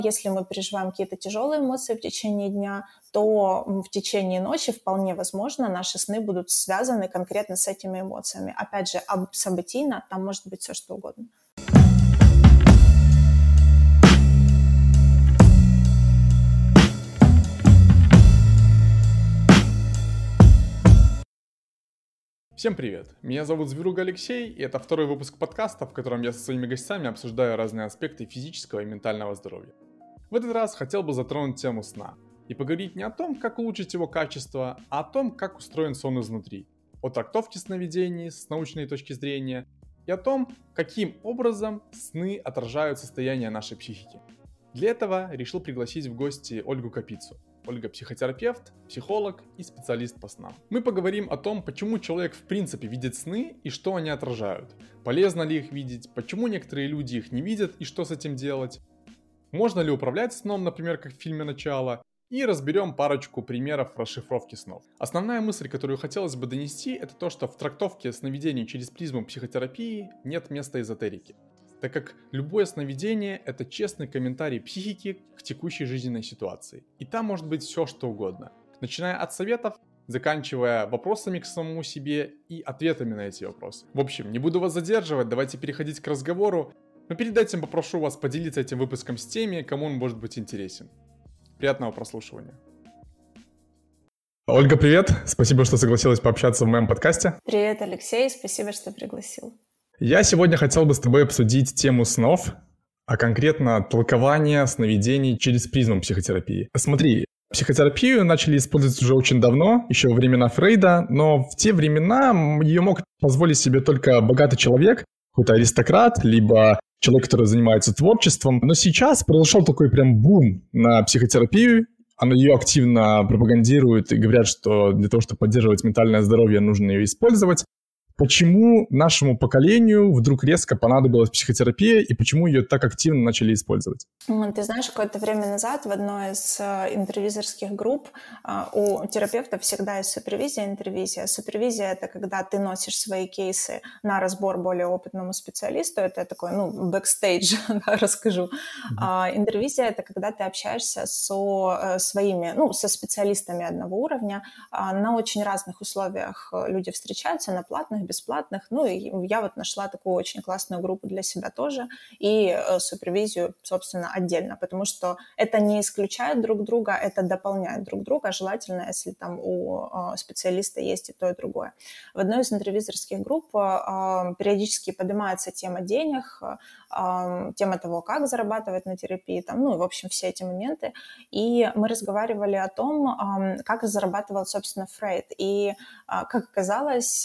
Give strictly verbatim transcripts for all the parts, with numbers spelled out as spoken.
Если мы переживаем какие-то тяжелые эмоции в течение дня, то в течение ночи вполне возможно наши сны будут связаны конкретно с этими эмоциями. Опять же, событийно там может быть все что угодно. Всем привет! Меня зовут Зверуг Алексей, и это второй выпуск подкаста, в котором я со своими гостями обсуждаю разные аспекты физического и ментального здоровья. В этот раз хотел бы затронуть тему сна и поговорить не о том, как улучшить его качество, а о том, как устроен сон изнутри, о трактовке сновидений с научной точки зрения и о том, каким образом сны отражают состояние нашей психики. Для этого решил пригласить в гости Ольгу Капицу. Ольга – психотерапевт, психолог и специалист по снам. Мы поговорим о том, почему человек в принципе видит сны и что они отражают. Полезно ли их видеть, почему некоторые люди их не видят и что с этим делать. Можно ли управлять сном, например, как в фильме «Начало». И разберем парочку примеров расшифровки снов. Основная мысль, которую хотелось бы донести, это то, что в трактовке сновидений через призму психотерапии нет места эзотерики, так как любое сновидение – это честный комментарий психики к текущей жизненной ситуации. И там может быть все, что угодно, начиная от советов, заканчивая вопросами к самому себе и ответами на эти вопросы. В общем, не буду вас задерживать, давайте переходить к разговору, но перед этим попрошу вас поделиться этим выпуском с теми, кому он может быть интересен. Приятного прослушивания. Ольга, привет! Спасибо, что согласилась пообщаться в моем подкасте. Привет, Алексей, спасибо, что пригласил. Я сегодня хотел бы с тобой обсудить тему снов, а конкретно толкование сновидений через призму психотерапии. Смотри, психотерапию начали использовать уже очень давно, еще во времена Фрейда, но в те времена ее мог позволить себе только богатый человек, какой-то аристократ, либо человек, который занимается творчеством. Но сейчас произошел такой прям бум на психотерапию, она ее активно пропагандирует и говорят, что для того, чтобы поддерживать ментальное здоровье, нужно ее использовать. Почему нашему поколению вдруг резко понадобилась психотерапия и почему ее так активно начали использовать? Ты знаешь, какое-то время назад в одной из интервизорских групп у терапевтов всегда есть супервизия и интервизия. Супервизия – это когда ты носишь свои кейсы на разбор более опытному специалисту. Это такой, ну, бэкстейдж, да, расскажу. Mm-hmm. А интервизия – это когда ты общаешься со своими, ну, со специалистами одного уровня. На очень разных условиях люди встречаются, на платных, бесплатных. Ну, и я вот нашла такую очень классную группу для себя тоже и супервизию, собственно, отдельно, потому что это не исключает друг друга, это дополняет друг друга. Желательно, если там у специалиста есть и то, и другое. В одной из интервизорских групп периодически поднимается тема денег, тема того, как зарабатывать на терапии, там, ну, в общем, все эти моменты. И мы разговаривали о том, как зарабатывал, собственно, Фрейд. И, как оказалось,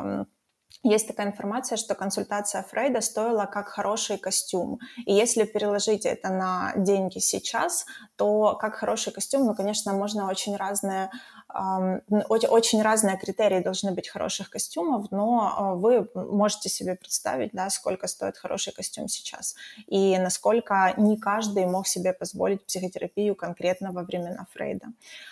есть такая информация, что консультация Фрейда стоила как хороший костюм. И если переложить это на деньги сейчас, то как хороший костюм, ну, конечно, можно очень разные, э, очень разные критерии должны быть хороших костюмов, но вы можете себе представить, да, сколько стоит хороший костюм сейчас. И насколько не каждый мог себе позволить психотерапию конкретно во времена Фрейда.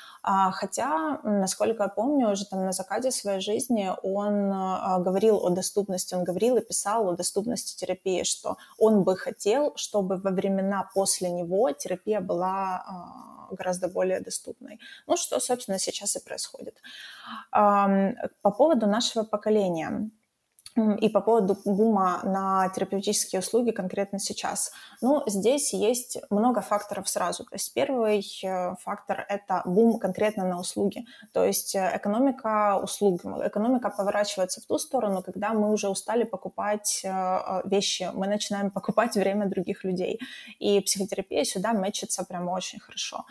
Хотя, насколько я помню, уже там на закате своей жизни он говорил о доступности, он говорил и писал о доступности терапии, что он бы хотел, чтобы во времена после него терапия была гораздо более доступной. Ну, что, собственно, сейчас и происходит. По поводу нашего поколения и по поводу бума на терапевтические услуги конкретно сейчас. Ну, здесь есть много факторов сразу. То есть первый фактор – это бум конкретно на услуги. То есть экономика услуг, экономика поворачивается в ту сторону, когда мы уже устали покупать вещи, мы начинаем покупать время других людей. И психотерапия сюда мэчится прямо очень хорошо.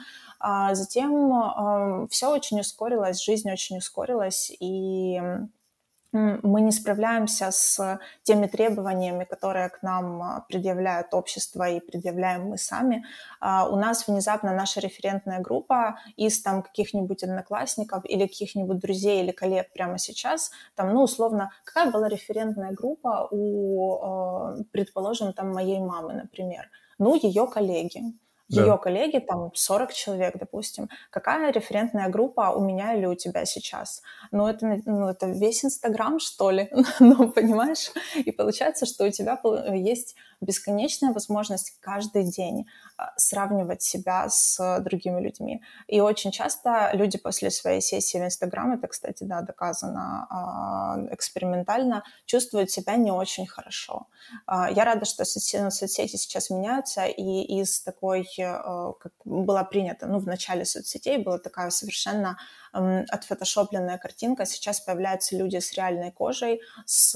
Затем все очень ускорилось, жизнь очень ускорилась, и мы не справляемся с теми требованиями, которые к нам предъявляют общество и предъявляем мы сами. У нас внезапно наша референтная группа из там каких-нибудь одноклассников или каких-нибудь друзей или коллег прямо сейчас, там, ну, условно, какая была референтная группа у, предположим, там, моей мамы, например? Ну, ее коллеги. Ее да. коллеги, там сорок человек, допустим. Какая референтная группа у меня или у тебя сейчас? Ну, это, ну, это весь Инстаграм, что ли? Ну, понимаешь? И получается, что у тебя есть бесконечная возможность каждый день сравнивать себя с другими людьми. И очень часто люди после своей сессии в Инстаграм, это, кстати, да, доказано экспериментально, чувствуют себя не очень хорошо. Я рада, что соцсети сейчас меняются, и из такой, как была принята, ну, в начале соцсетей была такая совершенно отфотошопленная картинка, сейчас появляются люди с реальной кожей, с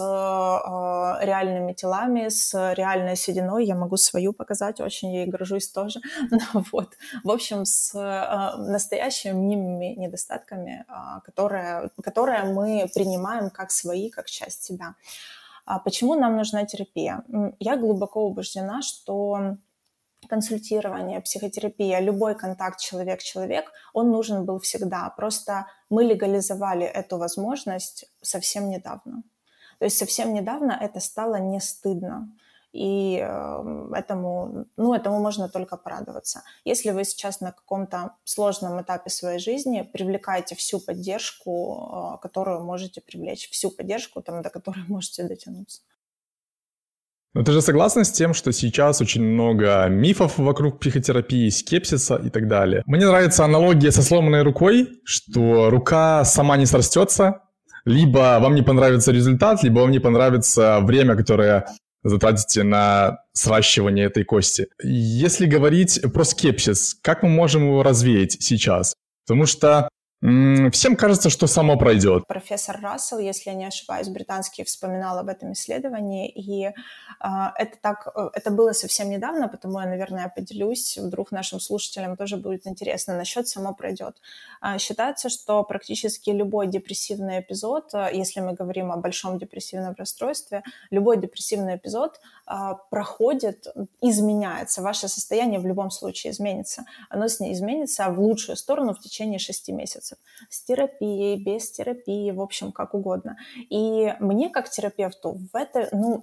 э, реальными телами, с реальной сединой. Я могу свою показать, очень ей горжусь тоже. Вот. В общем, с э, настоящими мнимыми недостатками, э, которые, которые мы принимаем как свои, как часть себя. А почему нам нужна терапия? Я глубоко убеждена, что консультирование, психотерапия, любой контакт человек-человек, он нужен был всегда. Просто мы легализовали эту возможность совсем недавно. То есть совсем недавно это стало не стыдно. И этому, ну, этому можно только порадоваться. Если вы сейчас на каком-то сложном этапе своей жизни, привлекайте всю поддержку, которую можете привлечь, всю поддержку, там, до которой можете дотянуться. Но ты же согласна с тем, что сейчас очень много мифов вокруг психотерапии, скепсиса и так далее? Мне нравится аналогия со сломанной рукой, что рука сама не срастется, либо вам не понравится результат, либо вам не понравится время, которое затратите на сращивание этой кости. Если говорить про скепсис, как мы можем его развеять сейчас? Потому что всем кажется, что само пройдет. Профессор Рассел, если я не ошибаюсь, британский, вспоминал об этом исследовании, и э, это, так, это было совсем недавно, потому я, наверное, поделюсь, вдруг нашим слушателям тоже будет интересно. Насчет «само пройдет». Э, считается, что практически любой депрессивный эпизод, э, если мы говорим о большом депрессивном расстройстве, любой депрессивный эпизод э, проходит, изменяется. Ваше состояние в любом случае изменится. Оно с ней изменится в лучшую сторону в течение шести месяцев. С терапией, без терапии, в общем, как угодно. И мне, как терапевту, в это, ну,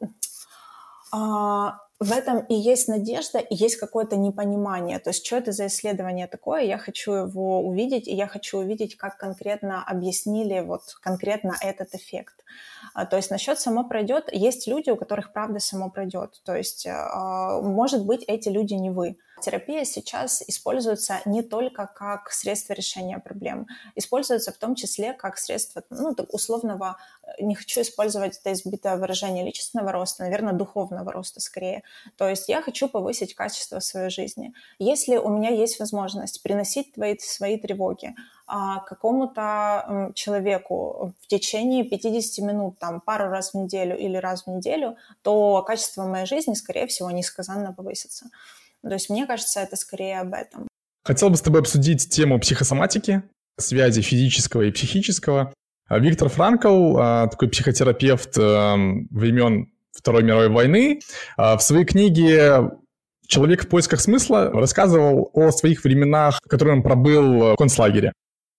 а, в этом и есть надежда, и есть какое-то непонимание. То есть, что это за исследование такое? Я хочу его увидеть, и я хочу увидеть, как конкретно объяснили вот конкретно этот эффект. А, то есть, насчет «само пройдет», есть люди, у которых правда само пройдет. То есть, а, может быть, эти люди не вы. Терапия сейчас используется не только как средство решения проблем, используется в том числе как средство, ну, условного, не хочу использовать это избитое выражение личностного роста, наверное, духовного роста скорее. То есть я хочу повысить качество своей жизни. Если у меня есть возможность приносить твои, свои тревоги а, какому-то человеку в течение пятьдесят минут, там, пару раз в неделю или раз в неделю, то качество моей жизни, скорее всего, несказанно повысится. То есть, мне кажется, это скорее об этом. Хотел бы с тобой обсудить тему психосоматики, связи физического и психического. Виктор Франкл, такой психотерапевт времен Второй мировой войны, в своей книге «Человек в поисках смысла» рассказывал о своих временах, которые он пробыл в концлагере.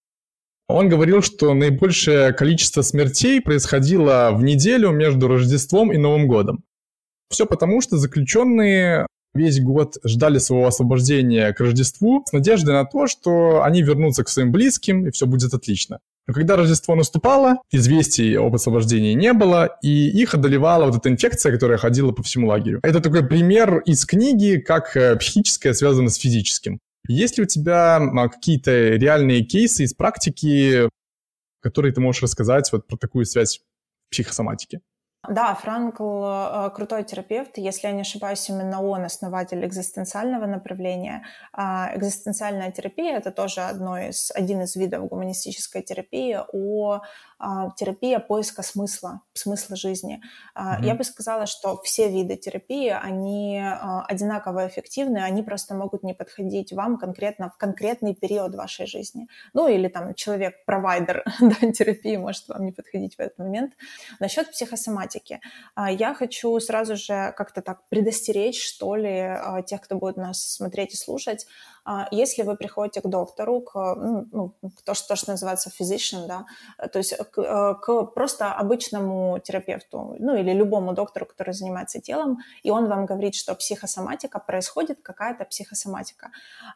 Он говорил, что наибольшее количество смертей происходило в неделю между Рождеством и Новым годом. Все потому, что заключенные весь год ждали своего освобождения к Рождеству с надеждой на то, что они вернутся к своим близким, и все будет отлично. Но когда Рождество наступало, известий об освобождении не было, и их одолевала вот эта инфекция, которая ходила по всему лагерю. Это такой пример из книги, как психическое связано с физическим. Есть ли у тебя какие-то реальные кейсы из практики, которые ты можешь рассказать вот про такую связь психосоматики? Да, Франкл э, крутой терапевт, если я не ошибаюсь, именно он основатель экзистенциального направления. А экзистенциальная терапия – это тоже одно из, один из видов гуманистической терапии, о а, терапия поиска смысла, смысла жизни. А, mm-hmm. Я бы сказала, что все виды терапии, они а, одинаково эффективны, они просто могут не подходить вам конкретно в конкретный период вашей жизни. Ну или там человек-провайдер да, терапии может вам не подходить в этот момент. Насчет психосоматики. Я хочу сразу же как-то так предостеречь, что ли, тех, кто будет нас смотреть и слушать. Если вы приходите к доктору, к, ну, к то, что, что называется physician, да, то есть к, к просто обычному терапевту, ну или любому доктору, который занимается телом, и он вам говорит, что психосоматика, происходит какая-то психосоматика.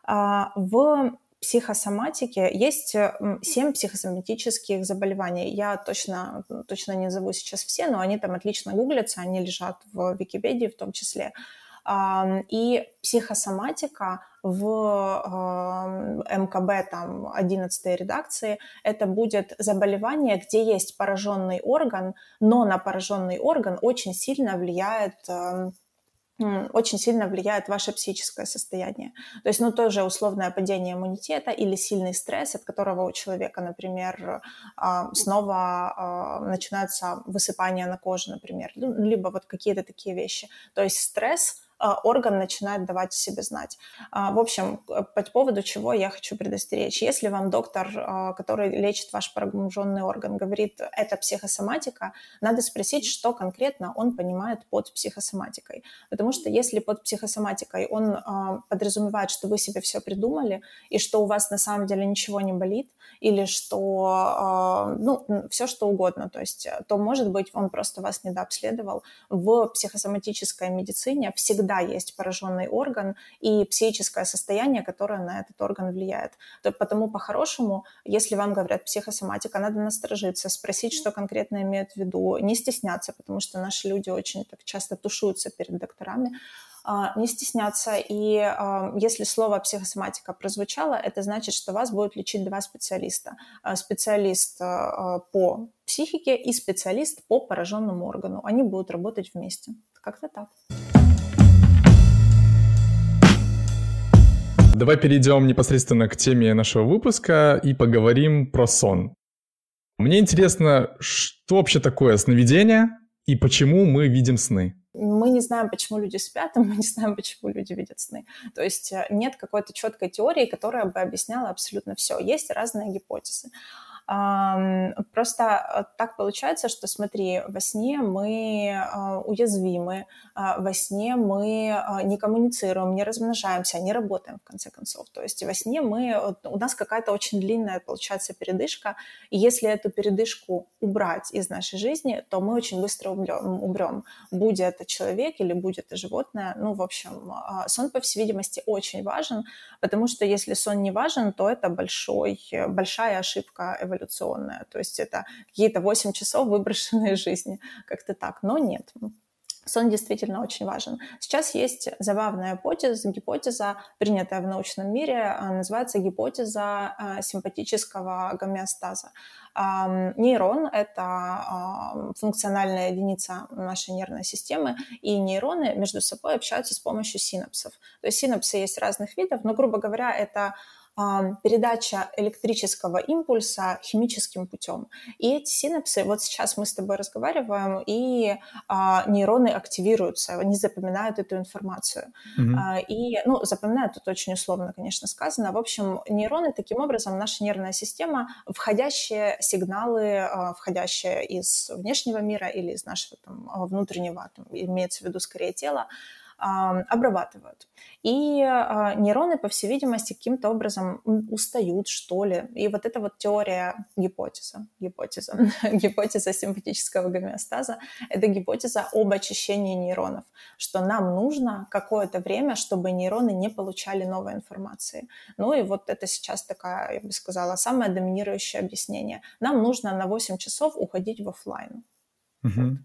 В психосоматике есть семь психосоматических заболеваний. Я точно, точно не назову сейчас все, но они там отлично гуглятся, они лежат в Википедии в том числе. И психосоматика в эм ка бэ там, одиннадцатой редакции – это будет заболевание, где есть пораженный орган, но на пораженный орган очень сильно влияет очень сильно влияет ваше психическое состояние. То есть, ну, тоже условное падение иммунитета или сильный стресс, от которого у человека, например, снова начинается высыпание на коже, например, либо вот какие-то такие вещи. То есть стресс орган начинает давать о себе знать. В общем, по поводу чего я хочу предостеречь. Если вам доктор, который лечит ваш пораженный орган, говорит, это психосоматика, надо спросить, что конкретно он понимает под психосоматикой. Потому что если под психосоматикой он подразумевает, что вы себе все придумали, и что у вас на самом деле ничего не болит, или что, ну, все что угодно, то есть, то, может быть, он просто вас недообследовал. В психосоматической медицине всегда всегда есть пораженный орган и психическое состояние, которое на этот орган влияет. То, потому по-хорошему, если вам говорят психосоматика, надо насторожиться, спросить, что конкретно имеют в виду, не стесняться, потому что наши люди очень так часто тушуются перед докторами, не стесняться. И если слово психосоматика прозвучало, это значит, что вас будут лечить два специалиста. Специалист по психике и специалист по пораженному органу. Они будут работать вместе. Как-то так. Давай перейдем непосредственно к теме нашего выпуска и поговорим про сон. Мне интересно, что вообще такое сновидение и почему мы видим сны? Мы не знаем, почему люди спят, и мы не знаем, почему люди видят сны. То есть нет какой-то четкой теории, которая бы объясняла абсолютно все. Есть разные гипотезы. Просто так получается, что, смотри, во сне мы уязвимы, во сне мы не коммуницируем, не размножаемся, не работаем, в конце концов. То есть во сне мы, у нас какая-то очень длинная, получается, передышка, и если эту передышку убрать из нашей жизни, то мы очень быстро умрем. умрем. Будь это человек или будь это животное, ну, в общем, сон, по всей видимости, очень важен, потому что если сон не важен, то это большой, большая ошибка эволюции. Эволюционная, то есть это какие-то восемь часов выброшенные из жизни, как-то так, но нет. Сон действительно очень важен. Сейчас есть забавная гипотеза, гипотеза, принятая в научном мире, называется гипотеза симпатического гомеостаза. Нейрон – это функциональная единица нашей нервной системы, и нейроны между собой общаются с помощью синапсов. То есть синапсы есть разных видов, но, грубо говоря, это передача электрического импульса химическим путем. И эти синапсы, вот сейчас мы с тобой разговариваем, и а, нейроны активируются, они запоминают эту информацию. Mm-hmm. А, и, ну, запоминают тут очень условно, конечно, сказано. В общем, нейроны, таким образом, наша нервная система, входящие сигналы, а, входящие из внешнего мира или из нашего там, внутреннего, там, имеется в виду скорее тела, обрабатывают. И а, нейроны, по всей видимости, каким-то образом устают, что ли. И вот эта вот теория, гипотеза, гипотеза, гипотеза симпатического гомеостаза, это гипотеза об очищении нейронов, что нам нужно какое-то время, чтобы нейроны не получали новой информации. Ну и вот это сейчас такая, я бы сказала, самое доминирующее объяснение. Нам нужно на восемь часов уходить в офлайн. Угу. Вот.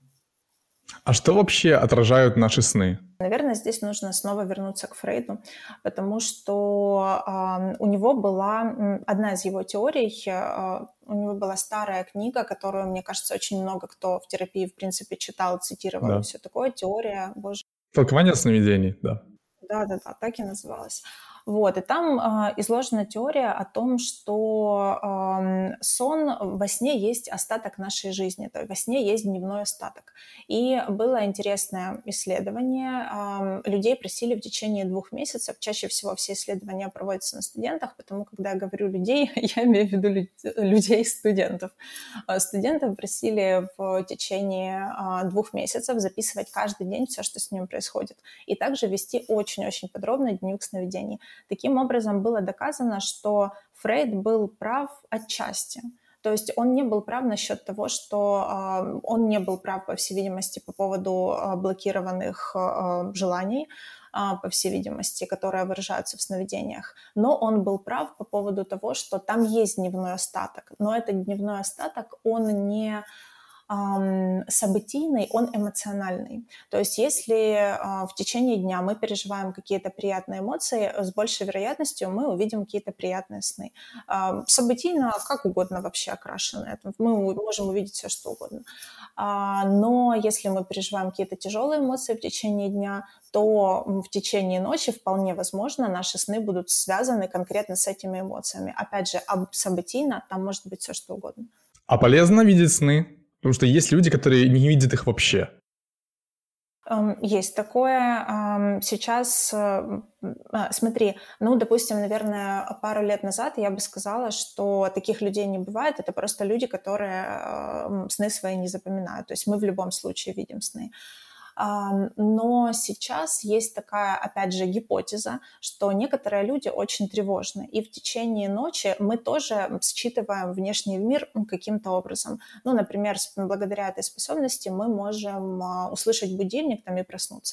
А что вообще отражают наши сны? Наверное, здесь нужно снова вернуться к Фрейду, потому что э, у него была одна из его теорий, э, у него была старая книга, которую, мне кажется, очень много кто в терапии, в принципе, читал, цитировал, да. И все такое. Теория, боже... Толкование сновидений, да. Да-да-да, так и называлась. Вот, и там э, изложена теория о том, что э, сон, во сне есть остаток нашей жизни, то есть во сне есть дневной остаток. И было интересное исследование, э, людей просили в течение двух месяцев, чаще всего все исследования проводятся на студентах, потому когда я говорю людей, я имею в виду людей-студентов. Студентов просили в течение э, двух месяцев записывать каждый день все, что с ним происходит, и также вести очень-очень подробный дневник сновидений. Таким образом, было доказано, что Фрейд был прав отчасти. То есть он не был прав насчет того, что э, он не был прав, по всей видимости, по поводу э, блокированных э, желаний, э, по всей видимости, которые выражаются в сновидениях. Но он был прав по поводу того, что там есть дневной остаток. Но этот дневной остаток, он не... Событийный, он эмоциональный. То есть если в течение дня мы переживаем какие-то приятные эмоции, с большей вероятностью мы увидим какие-то приятные сны. Событийно как угодно вообще окрашено. Мы можем увидеть все, что угодно. Но если мы переживаем какие-то тяжелые эмоции в течение дня, то в течение ночи вполне возможно наши сны будут связаны конкретно с этими эмоциями. Опять же, событийно там может быть все, что угодно. А полезно видеть сны? Потому что есть люди, которые не видят их вообще. Есть такое. Сейчас, смотри, ну, допустим, наверное, пару лет назад я бы сказала, что таких людей не бывает. Это просто люди, которые сны свои не запоминают. То есть мы в любом случае видим сны. Но сейчас есть такая, опять же, гипотеза, что некоторые люди очень тревожны, и в течение ночи мы тоже считываем внешний мир каким-то образом. Ну, например, благодаря этой способности мы можем услышать будильник там и проснуться.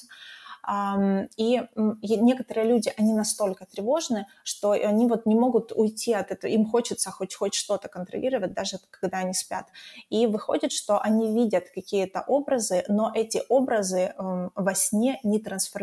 И некоторые люди, они настолько тревожны, что они вот не могут уйти от этого, им хочется хоть, хоть что-то контролировать, даже когда они спят. И выходит, что они видят какие-то образы, но эти образы во сне не,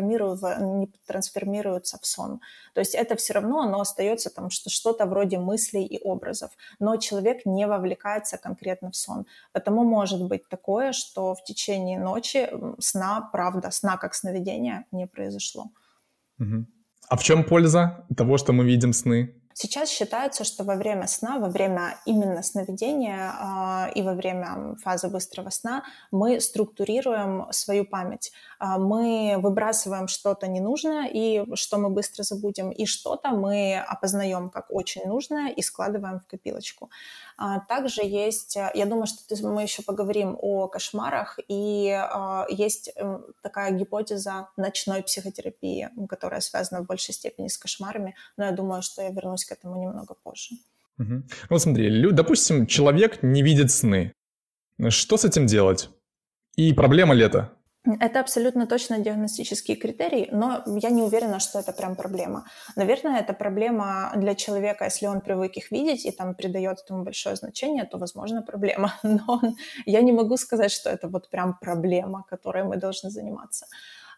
не трансформируются в сон. То есть это все равно, оно остается там что, что-то вроде мыслей и образов, но человек не вовлекается конкретно в сон. Потому может быть такое, что в течение ночи сна, правда, сна как сновидения, не произошло. Угу. А в чем польза того, что мы видим сны? Сейчас считается, что во время сна, во время именно сновидения э, и во время фазы быстрого сна мы структурируем свою память. Э, мы выбрасываем что-то ненужное, и что мы быстро забудем, и что-то мы опознаем как очень нужное и складываем в копилочку. Э, также есть, я думаю, что мы еще поговорим о кошмарах, и э, есть э, такая гипотеза ночной психотерапии, которая связана в большей степени с кошмарами, но я думаю, что я вернусь к этому немного позже. Угу. Вот смотри, допустим, человек не видит сны. Что с этим делать? И проблема ли это? Это абсолютно точно диагностический критерий, но я не уверена, что это прям проблема. Наверное, это проблема для человека, если он привык их видеть и там придает этому большое значение, то, возможно, проблема. Но я не могу сказать, что это вот прям проблема, которой мы должны заниматься.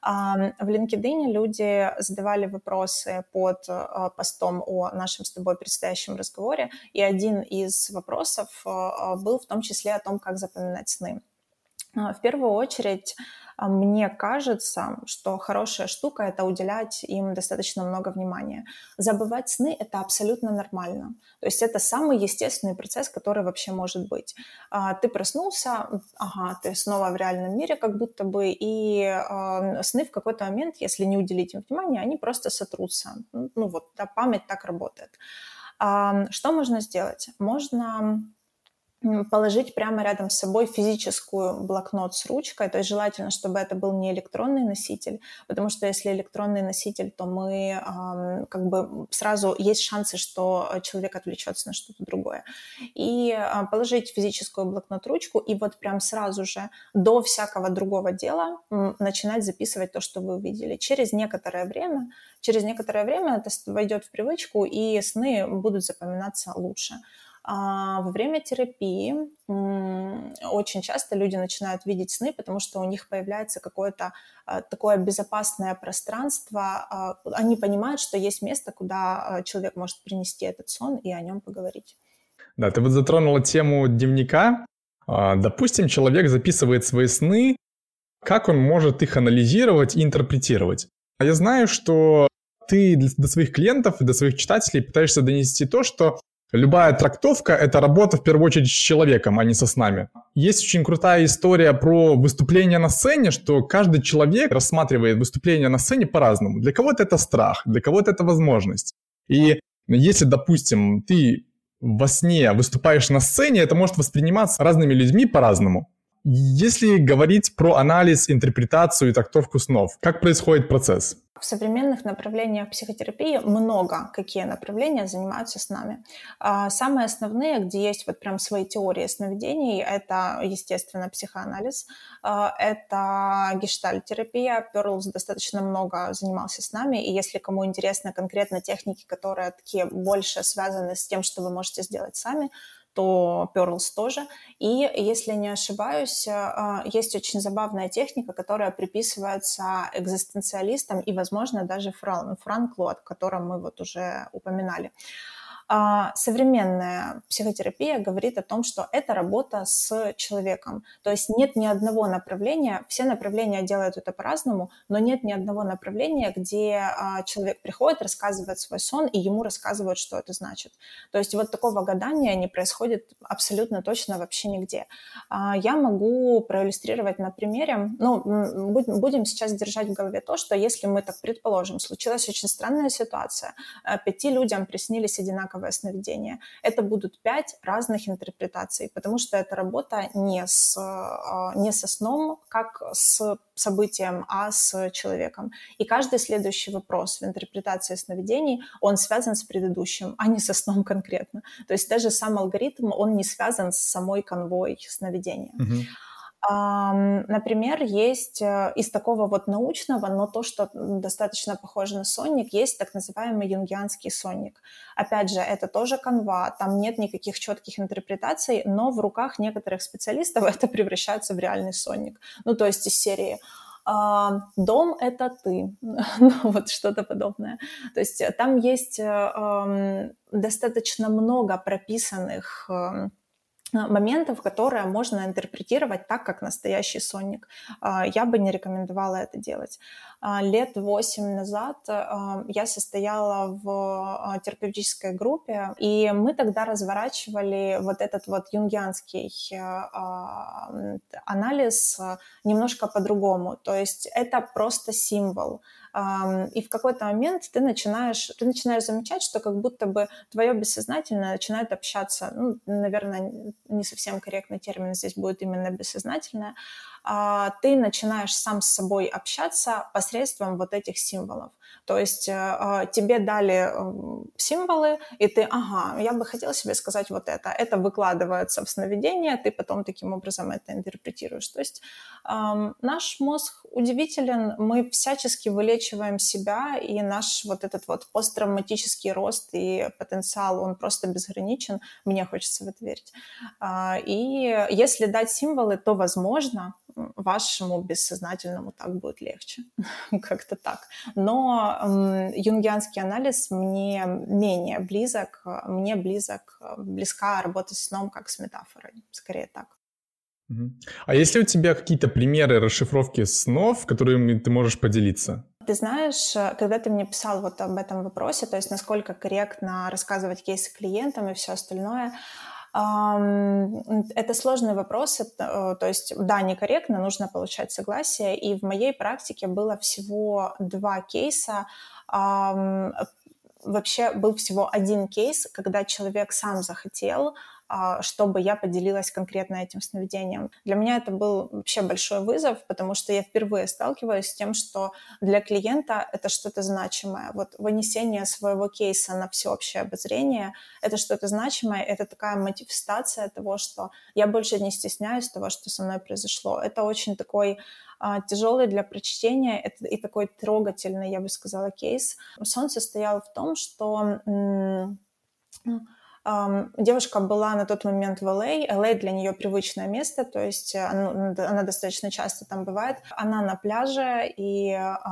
В LinkedIn люди задавали вопросы под постом о нашем с тобой предстоящем разговоре, и один из вопросов был в том числе о том, как запоминать сны. В первую очередь, мне кажется, что хорошая штука – это уделять им достаточно много внимания. Забывать сны – это абсолютно нормально. То есть это самый естественный процесс, который вообще может быть. Ты проснулся, ага, ты снова в реальном мире как будто бы, и э, сны в какой-то момент, если не уделить им внимания, они просто сотрутся. Ну вот, да, память так работает. А, что можно сделать? Можно положить прямо рядом с собой физическую блокнот с ручкой, то есть желательно, чтобы это был не электронный носитель, потому что если электронный носитель, то мы э, как бы сразу есть шансы, что человек отвлечется на что-то другое. И э, положить физическую блокнот-ручку и вот прям сразу же до всякого другого дела э, начинать записывать то, что вы увидели. Через некоторое время, через некоторое время это войдет в привычку, и сны будут запоминаться лучше. Во время терапии очень часто люди начинают видеть сны, потому что у них появляется какое-то такое безопасное пространство. Они понимают, что есть место, куда человек может принести этот сон и о нем поговорить. Да, ты вот затронула тему дневника. Допустим, человек записывает свои сны. Как он может их анализировать и интерпретировать? Я знаю, что ты до своих клиентов и до своих читателей пытаешься донести то, что любая трактовка – это работа в первую очередь с человеком, а не со снами. Есть очень крутая история про выступление на сцене, что каждый человек рассматривает выступление на сцене по-разному. Для кого-то это страх, для кого-то это возможность. И если, допустим, ты во сне выступаешь на сцене, это может восприниматься разными людьми по-разному. Если говорить про анализ, интерпретацию и трактовку снов, как происходит процесс? В современных направлениях психотерапии много какие направления занимаются снами. Самые основные, где есть вот прям свои теории сновидений, это, естественно, психоанализ, это гештальт-терапия. Перлс достаточно много занимался снами, и если кому интересны конкретно техники, которые такие больше связаны с тем, что вы можете сделать сами, то Pearls тоже. И, если не ошибаюсь, есть очень забавная техника, которая приписывается экзистенциалистам и, возможно, даже Франклу, о котором мы вот уже упоминали. Современная психотерапия говорит о том, что это работа с человеком. То есть нет ни одного направления, все направления делают это по-разному, но нет ни одного направления, где человек приходит, рассказывает свой сон, и ему рассказывают, что это значит. То есть вот такого гадания не происходит абсолютно точно вообще нигде. Я могу проиллюстрировать на примере, ну, будем сейчас держать в голове то, что если мы так предположим, случилась очень странная ситуация, пяти людям приснились одинаковые сновидения. Это будут пять разных интерпретаций, потому что эта работа не, с, не со сном, как с событием, а с человеком. И каждый следующий вопрос в интерпретации сновидений, он связан с предыдущим, а не со сном конкретно. То есть даже сам алгоритм, он не связан с самой канвой сновидения. Mm-hmm. Например, есть из такого вот научного, но то, что достаточно похоже на сонник, есть так называемый юнгианский сонник. Опять же, это тоже канва, там нет никаких четких интерпретаций, но в руках некоторых специалистов это превращается в реальный сонник. Ну, то есть из серии «Дом — это ты», ну, вот что-то подобное. То есть там есть достаточно много прописанных моментов, которые можно интерпретировать так, как настоящий сонник. Я бы не рекомендовала это делать. Лет восемь назад я состояла в терапевтической группе, и мы тогда разворачивали вот этот вот юнгианский анализ немножко по-другому. То есть это просто символ. И в какой-то момент ты начинаешь, ты начинаешь замечать, что как будто бы твое бессознательное начинает общаться, ну, наверное, не совсем корректный термин здесь будет именно бессознательное, ты начинаешь сам с собой общаться посредством вот этих символов. То есть тебе дали символы, и ты, ага, я бы хотела себе сказать вот это. Это выкладывается в сновидение, ты потом таким образом это интерпретируешь. То есть наш мозг удивителен, мы всячески вылечиваем себя, и наш вот этот вот посттравматический рост и потенциал, он просто безграничен. Мне хочется в это верить. И если дать символы, то, возможно, вашему бессознательному так будет легче. Как-то так. Но м, юнгианский анализ мне менее близок, мне близок, близка работа с сном как с метафорой. Скорее так. А есть ли у тебя какие-то примеры расшифровки снов, которыми ты можешь поделиться? Ты знаешь, когда ты мне писал вот об этом вопросе, то есть насколько корректно рассказывать кейсы клиентам и все остальное, это сложный вопрос, то есть, да, некорректно, нужно получать согласие, и в моей практике было всего два кейса, вообще был всего один кейс, когда человек сам захотел, чтобы я поделилась конкретно этим сновидением. Для меня это был вообще большой вызов, потому что я впервые сталкиваюсь с тем, что для клиента это что-то значимое. Вот вынесение своего кейса на всеобщее обозрение — это что-то значимое, это такая манифестация того, что я больше не стесняюсь того, что со мной произошло. Это очень такой тяжелый для прочтения и такой трогательный, я бы сказала, кейс. Сон состоял в том, что девушка была на тот момент в эл эй. эл эй для нее привычное место, то есть она, она достаточно часто там бывает. Она на пляже, и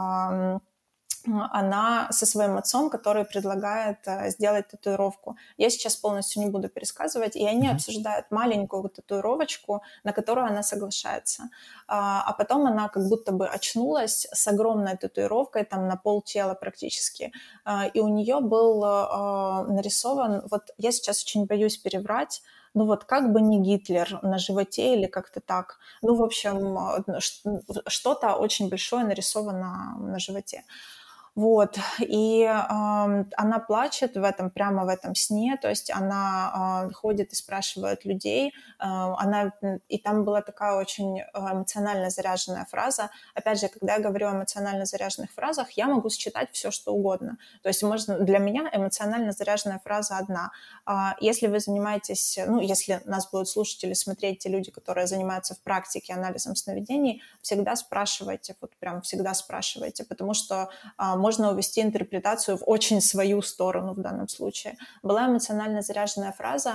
она со своим отцом, который предлагает сделать татуировку. Я сейчас полностью не буду пересказывать, и они mm-hmm. обсуждают маленькую татуировочку, на которую она соглашается. А потом она как будто бы очнулась с огромной татуировкой, там на пол тела практически, и у нее был нарисован, вот я сейчас очень боюсь переврать, ну вот как бы не Гитлер на животе или как-то так. Ну, в общем, что-то очень большое нарисовано на животе. Вот, и э, она плачет в этом, прямо в этом сне, то есть она э, ходит и спрашивает людей, э, она, и там была такая очень эмоционально заряженная фраза. Опять же, когда я говорю о эмоционально заряженных фразах, я могу считать все, что угодно. То есть можно, для меня эмоционально заряженная фраза одна. Э, если вы занимаетесь, ну, если нас будут слушать или смотреть те люди, которые занимаются в практике анализом сновидений, всегда спрашивайте, вот прям всегда спрашивайте, потому что э, можно увести интерпретацию в очень свою сторону в данном случае. Была эмоционально заряженная фраза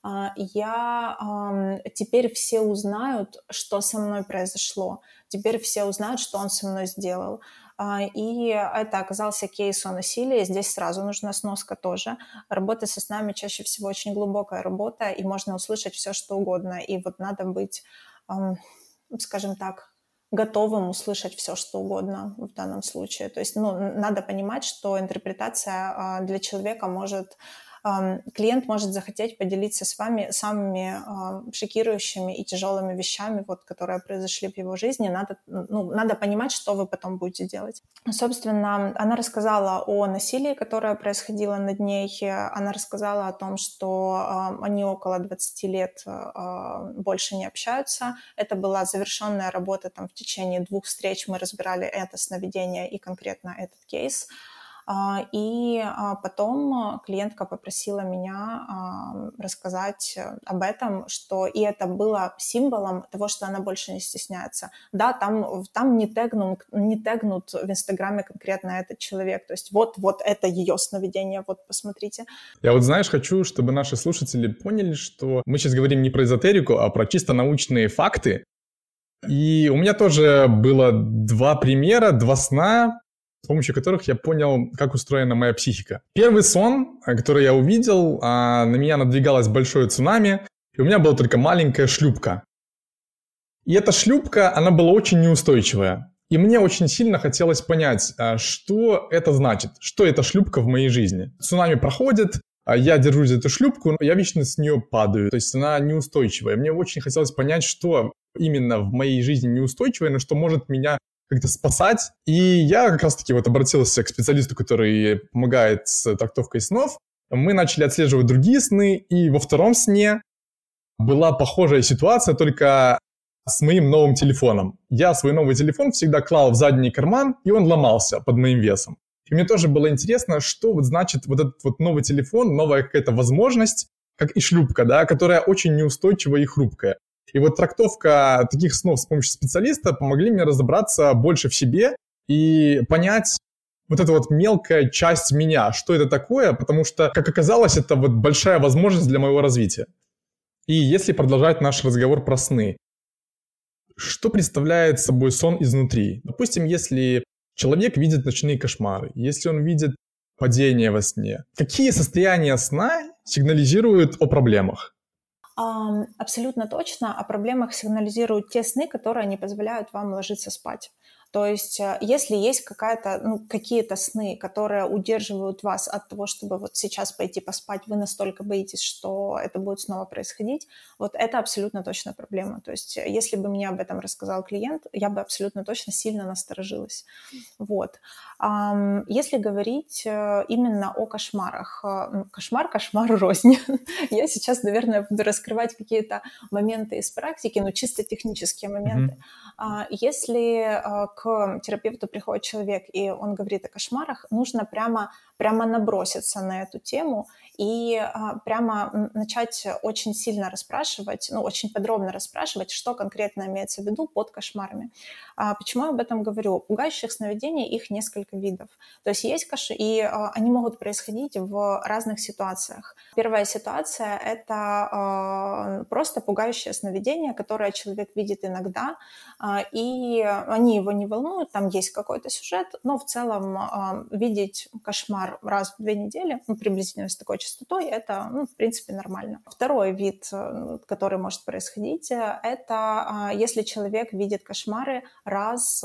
я теперь все узнают, что со мной произошло, теперь все узнают, что он со мной сделал. И это оказался кейс о насилии. Здесь сразу нужна сноска тоже. Работа со снами чаще всего очень глубокая работа, и можно услышать все, что угодно. И вот надо быть, скажем так, готовым услышать все, что угодно в данном случае. То есть, ну, надо понимать, что интерпретация для человека может... Клиент может захотеть поделиться с вами самыми шокирующими и тяжелыми вещами, вот, которые произошли в его жизни. Надо, ну, надо понимать, что вы потом будете делать. Собственно, она рассказала о насилии, которое происходило над ней. Она рассказала о том, что они около двадцати лет больше не общаются. Это была завершенная работа. Там, в течение двух встреч мы разбирали это сновидение и конкретно этот кейс. И потом клиентка попросила меня рассказать об этом, что и это было символом того, что она больше не стесняется. Да, там, там не, тегнут, не тегнут в Инстаграме конкретно этот человек. То есть вот, вот это ее сновидение, вот посмотрите. Я вот, знаешь, хочу, чтобы наши слушатели поняли, что мы сейчас говорим не про эзотерику, а про чисто научные факты. И у меня тоже было два примера, два сна, с помощью которых я понял, как устроена моя психика. Первый сон, который я увидел, на меня надвигалось большое цунами, и у меня была только маленькая шлюпка. И эта шлюпка, она была очень неустойчивая. И мне очень сильно хотелось понять, что это значит, что эта шлюпка в моей жизни. Цунами проходит, я держусь за эту шлюпку, но я вечно с нее падаю. То есть она неустойчивая. Мне очень хотелось понять, что именно в моей жизни неустойчивое, но что может меня как-то спасать. И я как раз-таки вот обратился к специалисту, который помогает с трактовкой снов. Мы начали отслеживать другие сны, и во втором сне была похожая ситуация, только с моим новым телефоном. Я свой новый телефон всегда клал в задний карман, и он ломался под моим весом. И мне тоже было интересно, что вот значит вот этот вот новый телефон, новая какая-то возможность, как и шлюпка, да, которая очень неустойчивая и хрупкая. И вот трактовка таких снов с помощью специалиста помогли мне разобраться больше в себе и понять вот эту вот мелкая часть меня, что это такое, потому что, как оказалось, это вот большая возможность для моего развития. И если продолжать наш разговор про сны, что представляет собой сон изнутри? Допустим, если человек видит ночные кошмары, если он видит падение во сне, какие состояния сна сигнализируют о проблемах? Абсолютно точно о проблемах сигнализируют те сны, которые не позволяют вам ложиться спать. То есть если есть какая-то, ну, какие-то сны, которые удерживают вас от того, чтобы вот сейчас пойти поспать, вы настолько боитесь, что это будет снова происходить, вот это абсолютно точно проблема. То есть если бы мне об этом рассказал клиент, я бы абсолютно точно сильно насторожилась. Вот. Если говорить именно о кошмарах, кошмар, кошмар рознь. Я сейчас, наверное, буду раскрывать какие-то моменты из практики, но чисто технические моменты. Mm-hmm. Если к терапевту приходит человек, и он говорит о кошмарах, нужно прямо, прямо наброситься на эту тему и а, прямо начать очень сильно расспрашивать, ну, очень подробно расспрашивать, что конкретно имеется в виду под кошмарами. А, почему я об этом говорю? Пугающих сновидений, их несколько видов. То есть есть кошмары, и а, они могут происходить в разных ситуациях. Первая ситуация – это а, просто пугающее сновидение, которое человек видит иногда, а, и они его не волнуют, там есть какой-то сюжет, но в целом а, видеть кошмар раз в две недели, ну, приблизительно с такой частотой, это, ну, в принципе, нормально. Второй вид, который может происходить, это если человек видит кошмары раз,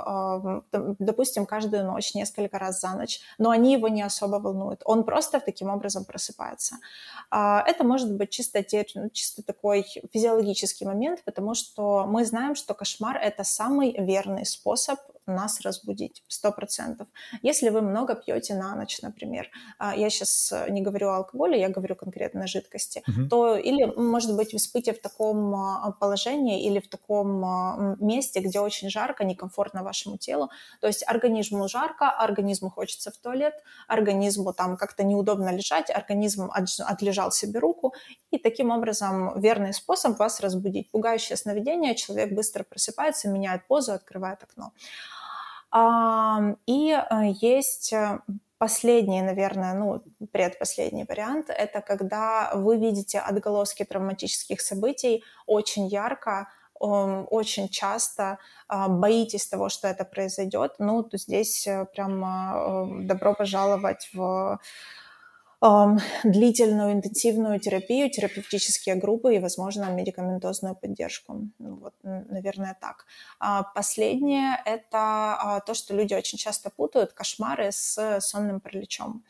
допустим, каждую ночь, несколько раз за ночь, но они его не особо волнуют. Он просто таким образом просыпается. Это может быть чисто, чисто такой физиологический момент, потому что мы знаем, что кошмар – это самый верный способ нас разбудить, сто процентов. Если вы много пьете на ночь, например, я сейчас не говорю о алкоголе, я говорю конкретно о жидкости, uh-huh. то или, может быть, вы спите в таком положении или в таком месте, где очень жарко, некомфортно вашему телу, то есть организму жарко, организму хочется в туалет, организму там как-то неудобно лежать, организм отлежал себе руку, и таким образом верный способ вас разбудить. Пугающее сновидение, человек быстро просыпается, меняет позу, открывает окно. И есть последний, наверное, ну, предпоследний вариант – это когда вы видите отголоски травматических событий очень ярко, очень часто, боитесь того, что это произойдет. Ну, то здесь прям добро пожаловать в длительную интенсивную терапию, терапевтические группы и, возможно, медикаментозную поддержку. Вот, наверное, так. Последнее – это то, что люди очень часто путают кошмары с сонным параличом.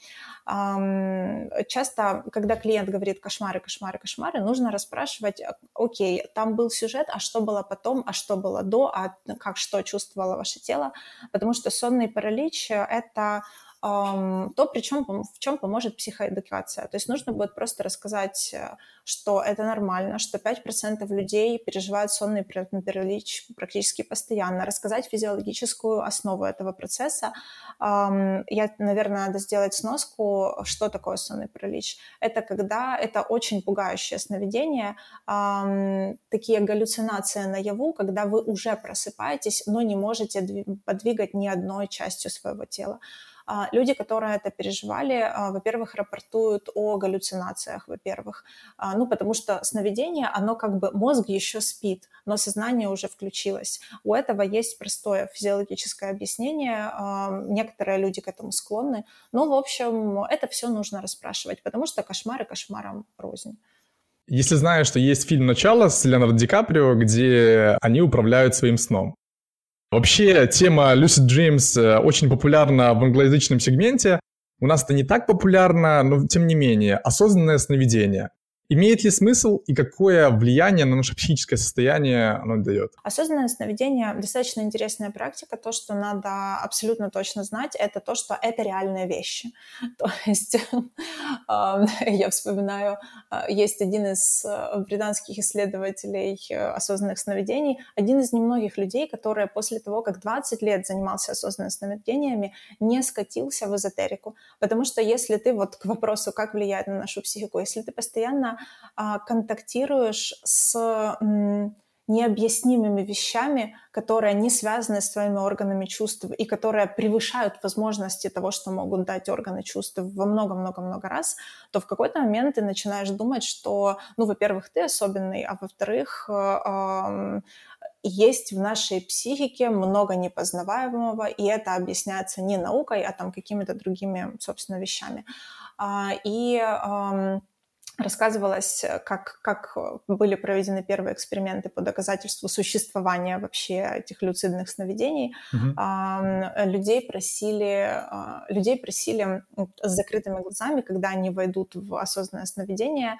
Часто, когда клиент говорит «кошмары, кошмары, кошмары», нужно расспрашивать: окей, там был сюжет, а что было потом, а что было до, а как, что чувствовало ваше тело, потому что сонный паралич – это то, причем, в чем поможет психоэдукация. То есть нужно будет просто рассказать, что это нормально, что пять процентов людей переживают сонный паралич практически постоянно, рассказать физиологическую основу этого процесса. Я, наверное, надо сделать сноску, что такое сонный паралич. Это когда это очень пугающее сновидение, такие галлюцинации наяву, когда вы уже просыпаетесь, но не можете подвигать ни одной частью своего тела. Люди, которые это переживали, во-первых, рапортуют о галлюцинациях, во-первых, ну, потому что сновидение, оно как бы, мозг еще спит, но сознание уже включилось. У этого есть простое физиологическое объяснение, некоторые люди к этому склонны, но, в общем, это все нужно расспрашивать, потому что кошмары кошмарам рознь. Если знаешь, что есть фильм «Начало» с Леонардо Ди Каприо, где они управляют своим сном. Вообще, тема Lucid Dreams очень популярна в англоязычном сегменте. У нас это не так популярно, но тем не менее. Осознанное сновидение. Имеет ли смысл и какое влияние на наше психическое состояние оно дает? Осознанное сновидение – достаточно интересная практика. То, что надо абсолютно точно знать, это то, что это реальные вещи. То есть я вспоминаю, есть один из британских исследователей осознанных сновидений, один из немногих людей, которые после того, как двадцать лет занимался осознанными сновидениями, не скатился в эзотерику. Потому что если ты, вот к вопросу, как влияет на нашу психику, если ты постоянно контактируешь с м, необъяснимыми вещами, которые не связаны с твоими органами чувств и которые превышают возможности того, что могут дать органы чувств во много-много-много раз, то в какой-то момент ты начинаешь думать, что, ну, во-первых, ты особенный, а во-вторых, э, есть в нашей психике много непознаваемого, и это объясняется не наукой, а там какими-то другими, собственно, вещами. И рассказывалось, как, как были проведены первые эксперименты по доказательству существования вообще этих люцидных сновидений. Mm-hmm. Людей просили, людей просили с закрытыми глазами, когда они войдут в осознанное сновидение,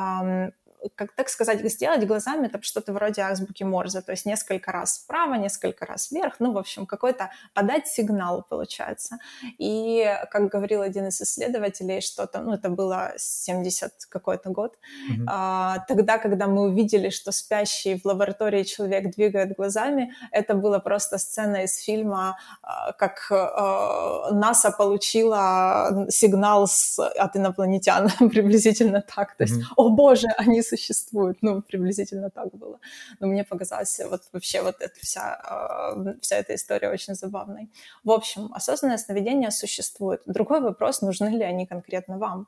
как так сказать, сделать глазами это что-то вроде азбуки Морзе, то есть несколько раз вправо, несколько раз вверх, ну, в общем, какой-то подать сигнал получается. И, как говорил один из исследователей, что-то, ну, это было семьдесят какой-то год, mm-hmm. а, тогда, когда мы увидели, что спящий в лаборатории человек двигает глазами, это была просто сцена из фильма, как а, НАСА получила сигнал с, от инопланетян, приблизительно так, то есть, mm-hmm. о боже, они существует, ну, приблизительно так было. Но мне показалось вот вообще вот эта вся, вся эта история очень забавной. В общем, осознанное сновидение существует. Другой вопрос, нужны ли они конкретно вам.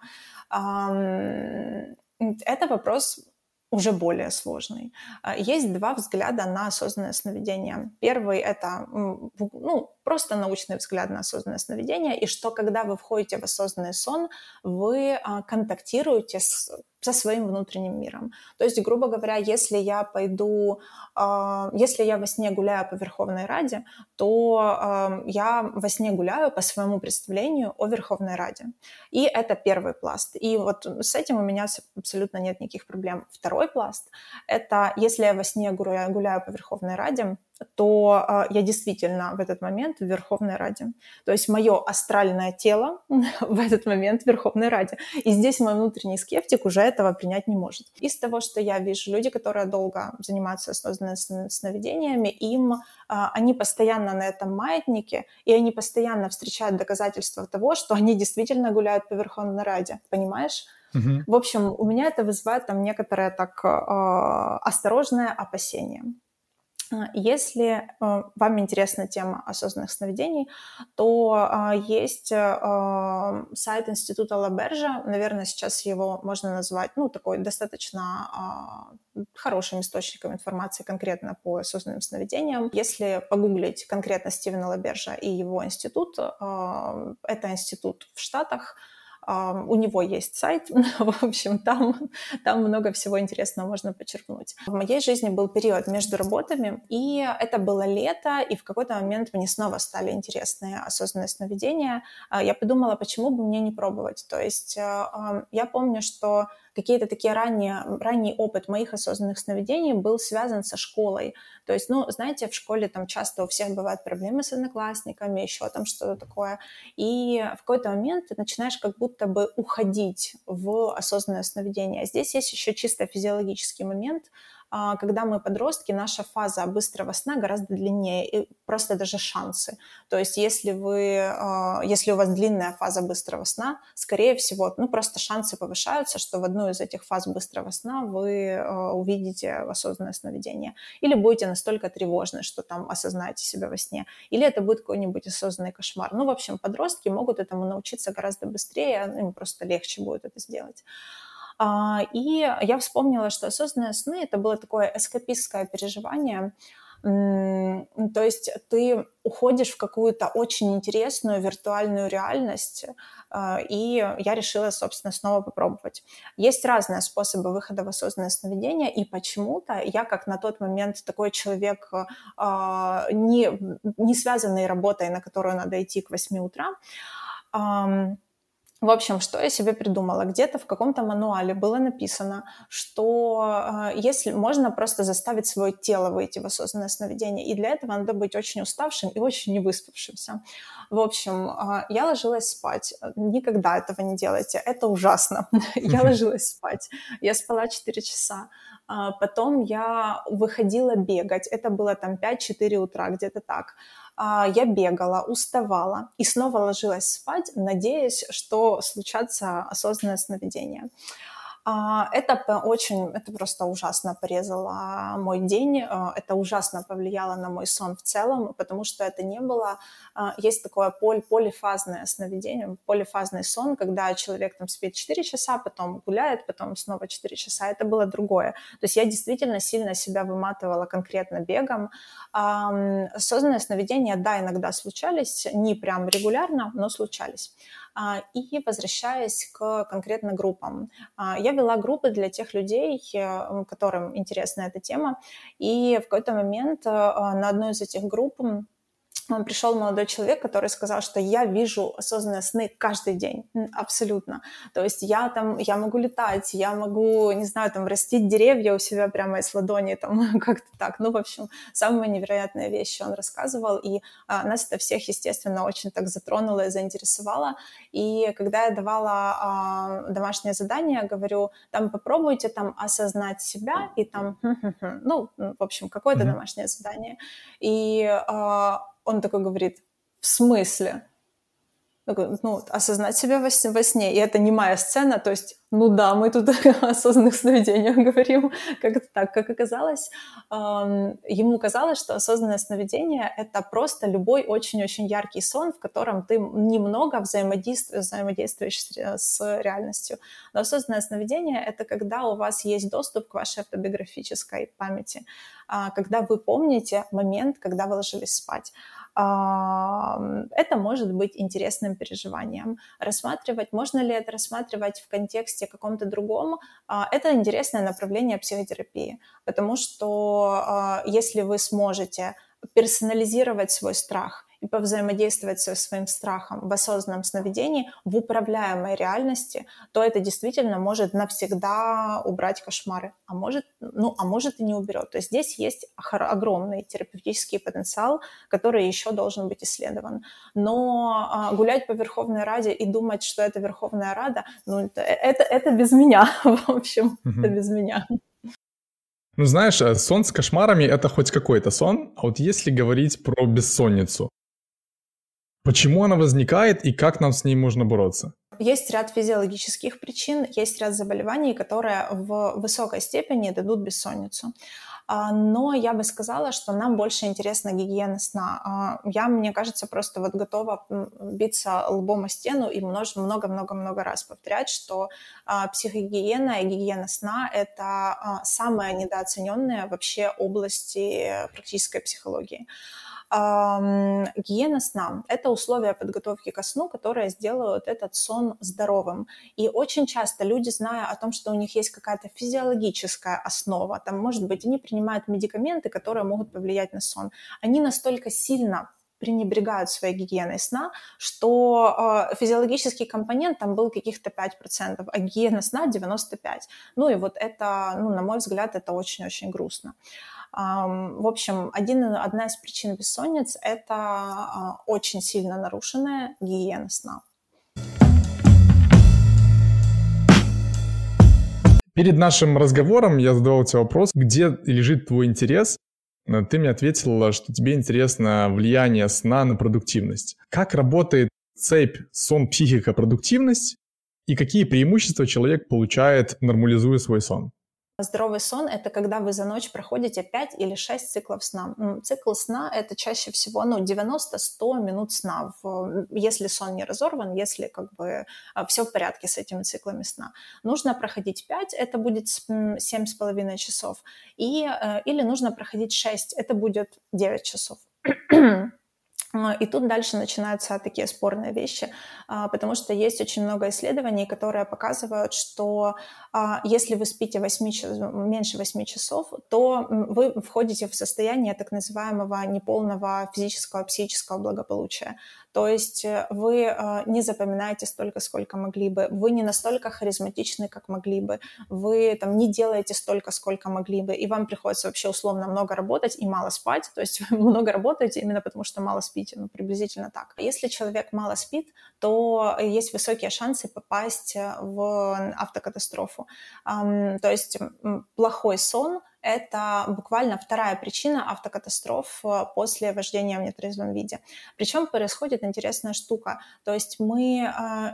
Это вопрос уже более сложный. Есть два взгляда на осознанное сновидение. Первый – это, ну, просто научный взгляд на осознанное сновидение, и что, когда вы входите в осознанный сон, вы контактируете с, со своим внутренним миром. То есть, грубо говоря, если я пойду, если я во сне гуляю по Верховной Раде, то я во сне гуляю по своему представлению о Верховной Раде. И это первый пласт. И вот с этим у меня абсолютно нет никаких проблем. Второй пласт – это если я во сне гуляю, гуляю по Верховной Раде, то э, я действительно в этот момент в Верховной Раде. То есть мое астральное тело в этот момент в Верховной Раде. И здесь мой внутренний скептик уже этого принять не может. Из того, что я вижу, люди, которые долго занимаются осознанными сновидениями, им, э, они постоянно на этом маятнике, и они постоянно встречают доказательства того, что они действительно гуляют по Верховной Раде. Понимаешь? Mm-hmm. В общем, у меня это вызывает там некоторое так э, осторожное опасение. Если э, вам интересна тема осознанных сновидений, то э, есть э, сайт Института Лабержа. Наверное, сейчас его можно назвать, ну, такой достаточно э, хорошим источником информации конкретно по осознанным сновидениям. Если погуглить конкретно Стивена Лабержа и его институт, э, это институт в Штатах. Uh, у него есть сайт, в общем, там, там много всего интересного можно почерпнуть. В моей жизни был период между работами, и это было лето, и в какой-то момент мне снова стали интересны осознанные сновидения. Uh, я подумала, почему бы мне не пробовать. То есть uh, я помню, что какие-то такие ранние, ранний опыт моих осознанных сновидений был связан со школой. То есть, ну, знаете, в школе там часто у всех бывают проблемы с одноклассниками, еще там что-то такое. И в какой-то момент ты начинаешь как будто бы уходить в осознанное сновидение. Здесь есть еще чисто физиологический момент. Когда мы подростки, наша фаза быстрого сна гораздо длиннее, и просто даже шансы. То есть если, вы, если у вас длинная фаза быстрого сна, скорее всего, ну, просто шансы повышаются, что в одну из этих фаз быстрого сна вы увидите осознанное сновидение. Или будете настолько тревожны, что там осознаете себя во сне. Или это будет какой-нибудь осознанный кошмар. Ну, в общем, подростки могут этому научиться гораздо быстрее, им просто легче будет это сделать. И я вспомнила, что осознанные сны – это было такое эскапистское переживание. То есть ты уходишь в какую-то очень интересную виртуальную реальность, и я решила, собственно, снова попробовать. Есть разные способы выхода в осознанное сновидение, и почему-то я, как на тот момент такой человек, не, не связанный работой, на которую надо идти к восьми утра, в общем, что я себе придумала? Где-то в каком-то мануале было написано, что э, если можно просто заставить свое тело выйти в осознанное сновидение, и для этого надо быть очень уставшим и очень невыспавшимся. В общем, э, я ложилась спать. Никогда этого не делайте, это ужасно. Я ложилась спать. Я спала четыре часа. Потом я выходила бегать. Это было там пять-четыре утра, где-то так. Я бегала, уставала и снова ложилась спать, надеясь, что случатся осознанные сновидения. Это очень, это просто ужасно порезало мой день, это ужасно повлияло на мой сон в целом, потому что это не было, есть такое поль, полифазное сновидение, полифазный сон, когда человек там спит четыре часа, потом гуляет, потом снова четыре часа, это было другое. То есть я действительно сильно себя выматывала конкретно бегом. Осознанные сновидения, да, иногда случались, не прям регулярно, но случались. И возвращаясь к конкретно группам. Я вела группы для тех людей, которым интересна эта тема, и в какой-то момент на одной из этих групп пришел молодой человек, который сказал, что я вижу осознанные сны каждый день, абсолютно. То есть я там, я могу летать, я могу, не знаю, там растить деревья у себя прямо из ладони, там как-то так. Ну, в общем, самые невероятные вещи он рассказывал, и а, нас это всех, естественно, очень так затронуло и заинтересовало. И когда я давала а, домашнее задание, говорю, там попробуйте там осознать себя, и там, ну, в общем, какое-то mm-hmm. домашнее задание. И а, он такой говорит, в смысле? Такой, ну, осознать себя во сне, во сне, и это не моя сцена, то есть, ну да, мы тут о осознанных сновидениях говорим, как-то так, как оказалось. Эм, ему казалось, что осознанное сновидение — это просто любой очень-очень яркий сон, в котором ты немного взаимодействуешь, взаимодействуешь с, с реальностью. Но осознанное сновидение — это когда у вас есть доступ к вашей автобиографической памяти, э, когда вы помните момент, когда вы ложились спать. Это может быть интересным переживанием. Рассматривать, можно ли это рассматривать в контексте каком-то другом, это интересное направление психотерапии, потому что если вы сможете персонализировать свой страх и повзаимодействовать со своим страхом в осознанном сновидении, в управляемой реальности, то это действительно может навсегда убрать кошмары, а может, ну, а может и не уберет. То есть здесь есть огромный терапевтический потенциал, который еще должен быть исследован. Но а, гулять по Верховной Раде и думать, что это Верховная Рада, ну, это, это, это без меня, в общем, mm-hmm. это без меня. Ну, знаешь, сон с кошмарами – это хоть какой-то сон, а вот если говорить про бессонницу, почему она возникает и как нам с ней можно бороться? Есть ряд физиологических причин, есть ряд заболеваний, которые в высокой степени дадут бессонницу. А, но я бы сказала, что нам больше интересна гигиена сна. А, я, мне кажется, просто вот готова биться лбом о стену и много-много-много раз повторять, что а, психогигиена и гигиена сна – это а, самые недооцененные вообще области практической психологии. Ам, гигиена сна – это условия подготовки ко сну, которые сделают этот сон здоровым. И очень часто люди, зная о том, что у них есть какая-то физиологическая основа, там, может быть, они принимают медикаменты, которые могут повлиять на сон, они настолько сильно пренебрегают своей гигиеной сна, что э, физиологический компонент там был каких-то пять процентов, а гигиена сна девяносто пять процентов. Ну и вот это, ну, на мой взгляд, это очень-очень грустно. В общем, один, одна из причин бессонниц – это очень сильно нарушенная гигиена сна. Перед нашим разговором я задавал тебе вопрос, где лежит твой интерес. Ты мне ответила, что тебе интересно влияние сна на продуктивность. Как работает цепь сон-психика-продуктивность и какие преимущества человек получает, нормализуя свой сон? Здоровый сон – это когда вы за ночь проходите пять или шесть циклов сна. Цикл сна – это чаще всего ну, девяносто-сто минут сна, если сон не разорван, если как бы все в порядке с этими циклами сна. Нужно проходить пять, это будет семь с половиной часов, и, или нужно проходить шесть, это будет девять часов. И тут дальше начинаются такие спорные вещи, потому что есть очень много исследований, которые показывают, что если вы спите восемь, меньше восьми часов, то вы входите в состояние так называемого неполного физического, психического благополучия. То есть вы не запоминаете столько, сколько могли бы, вы не настолько харизматичны, как могли бы, вы там, не делаете столько, сколько могли бы, и вам приходится вообще условно много работать и мало спать, то есть вы много работаете именно потому, что мало спите, ну, приблизительно так. Если человек мало спит, то есть высокие шансы попасть в автокатастрофу. То есть плохой сон – это буквально вторая причина автокатастроф после вождения в нетрезвом виде. Причем происходит интересная штука. То есть мы,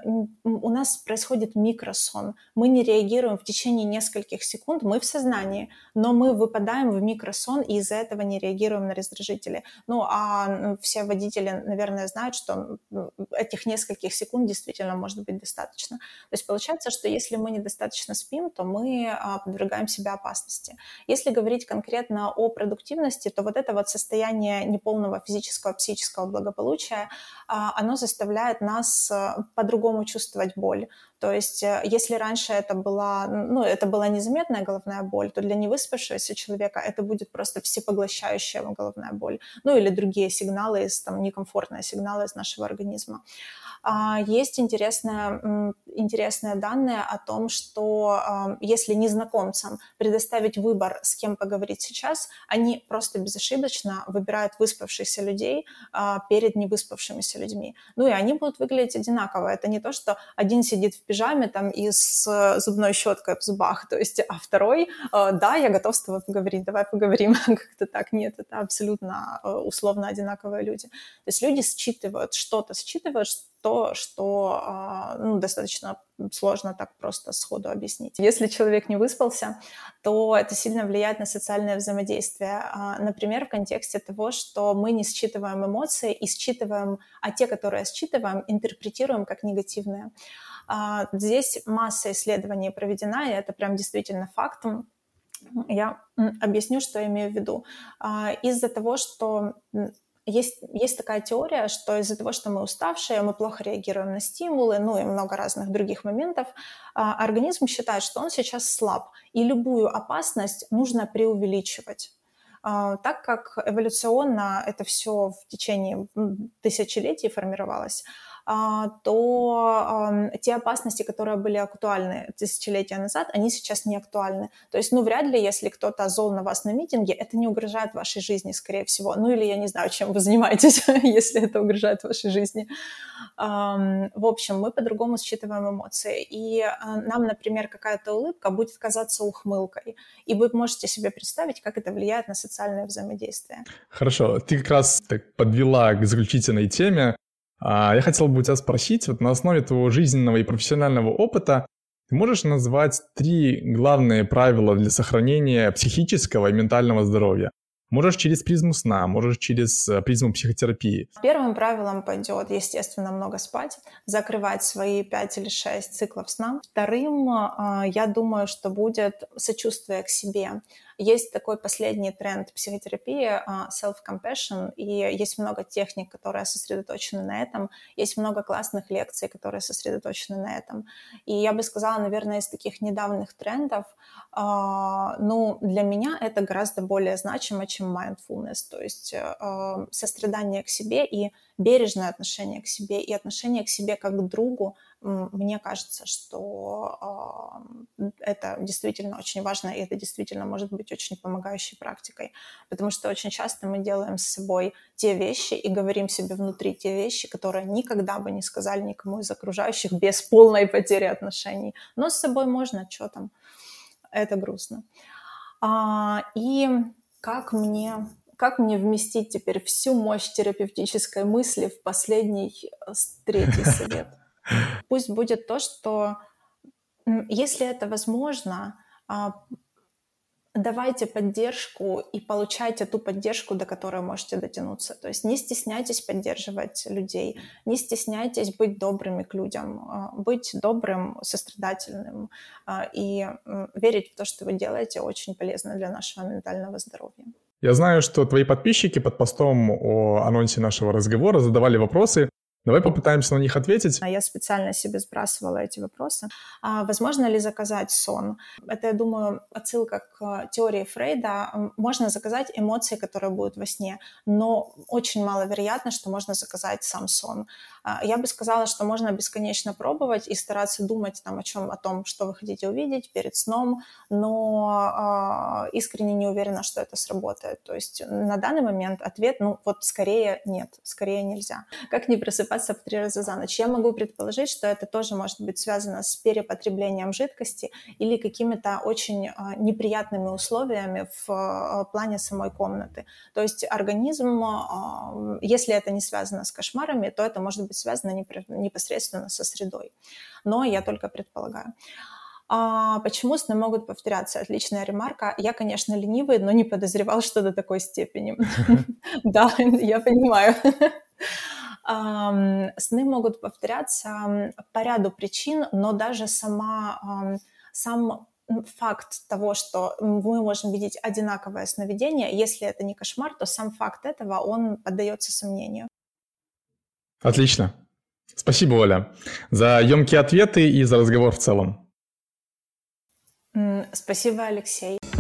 у нас происходит микросон. Мы не реагируем в течение нескольких секунд. Мы в сознании, но мы выпадаем в микросон и из-за этого не реагируем на раздражители. Ну, а все водители, наверное, знают, что этих нескольких секунд действительно может быть достаточно. То есть получается, что если мы недостаточно спим, то мы подвергаем себя опасности. Если говорить конкретно о продуктивности, то вот это вот состояние неполного физического, психического благополучия, оно заставляет нас по-другому чувствовать боль. То есть если раньше это была, ну, это была незаметная головная боль, то для невыспавшегося человека это будет просто всепоглощающая головная боль. Ну или другие сигналы, там, некомфортные сигналы из нашего организма. Есть интересные, интересные данные о том, что если незнакомцам предоставить выбор, с кем поговорить сейчас, они просто безошибочно выбирают выспавшихся людей перед невыспавшимися людьми. Ну и они будут выглядеть одинаково. Это не то, что один сидит в пижаме там, и с зубной щеткой в зубах, то есть, а второй, да, я готов с тобой поговорить, давай поговорим. Как-то так. Нет, это абсолютно условно одинаковые люди. То есть люди считывают, что-то считывают, то, что ну, достаточно сложно так просто сходу объяснить. Если человек не выспался, то это сильно влияет на социальное взаимодействие. Например, в контексте того, что мы не считываем эмоции и считываем, а те, которые считываем, интерпретируем как негативные. Здесь масса исследований проведена, и это прям действительно факт. Я объясню, что я имею в виду. Из-за того, что Есть, есть такая теория, что из-за того, что мы уставшие, мы плохо реагируем на стимулы, ну и много разных других моментов, организм считает, что он сейчас слаб, и любую опасность нужно преувеличивать. Так как эволюционно это все в течение тысячелетий формировалось, то э, те опасности, которые были актуальны тысячелетия назад, они сейчас не актуальны. То есть, ну, вряд ли, если кто-то зол на вас на митинге, это не угрожает вашей жизни, скорее всего. Ну, или я не знаю, чем вы занимаетесь, если это угрожает вашей жизни. Э, в общем, мы по-другому считываем эмоции. И э, нам, например, какая-то улыбка будет казаться ухмылкой. И вы можете себе представить, как это влияет на социальное взаимодействие. Хорошо. Ты как раз так подвела к заключительной теме. Я хотел бы у тебя спросить, вот на основе твоего жизненного и профессионального опыта, Ты можешь назвать три главные правила для сохранения психического и ментального здоровья? Можешь через призму сна, можешь через э, призму психотерапии. Первым правилом пойдет, естественно, много спать, закрывать свои пять или шесть циклов сна. Вторым, а, я думаю, что будет сочувствие к себе. Есть такой последний тренд психотерапии, а, self-compassion, и есть много техник, которые сосредоточены на этом, есть много классных лекций, которые сосредоточены на этом. И я бы сказала, наверное, из таких недавних трендов, а, ну, для меня это гораздо более значимо, чем mindfulness, то есть э, сострадание к себе и бережное отношение к себе, и отношение к себе как к другу. М, Мне кажется, что э, это действительно очень важно, и это действительно может быть очень помогающей практикой, потому что очень часто мы делаем с собой те вещи и говорим себе внутри те вещи, которые никогда бы не сказали никому из окружающих без полной потери отношений. Но с собой можно, что там, это грустно. А, и как мне, как мне вместить теперь всю мощь терапевтической мысли в последний э, с- третий совет? Пусть будет то, что м, если это возможно, а, давайте поддержку и получайте ту поддержку, до которой можете дотянуться. То есть не стесняйтесь поддерживать людей, не стесняйтесь быть добрыми к людям, а, быть добрым, сострадательным а, и м, верить в то, что вы делаете, очень полезно для нашего ментального здоровья. Я знаю, что твои подписчики под постом о анонсе нашего разговора задавали вопросы. Давай попытаемся на них ответить. А Я специально себе сбрасывала эти вопросы. А возможно ли заказать сон? Это, я думаю, отсылка к теории Фрейда. М, Можно заказать эмоции, которые будут во сне, но очень маловероятно, что можно заказать сам сон. А, Я бы сказала, что можно бесконечно пробовать и стараться думать там, о чем, о том, что вы хотите увидеть перед сном, но а, искренне не уверена, что это сработает. То есть на данный момент ответ, ну вот скорее нет, скорее нельзя. Как не просыпаться по три раза за ночь? Я могу предположить, что это тоже может быть связано с перепотреблением жидкости или какими-то очень а, неприятными условиями в а, плане самой комнаты. То есть организм, а, если это не связано с кошмарами, то это может быть связано непр- непосредственно со средой. Но я только предполагаю. А почему сны могут повторяться? Отличная ремарка. Я, конечно, ленивый, но не подозревал, что до такой степени. Да, я понимаю. Ам, Сны могут повторяться м, по ряду причин, но даже сама, ам, сам м, факт того, что мы можем видеть одинаковое сновидение, если это не кошмар, то сам факт этого, он поддается сомнению. Отлично. Спасибо, Оля, за емкие ответы и за разговор в целом. М, Спасибо, Алексей.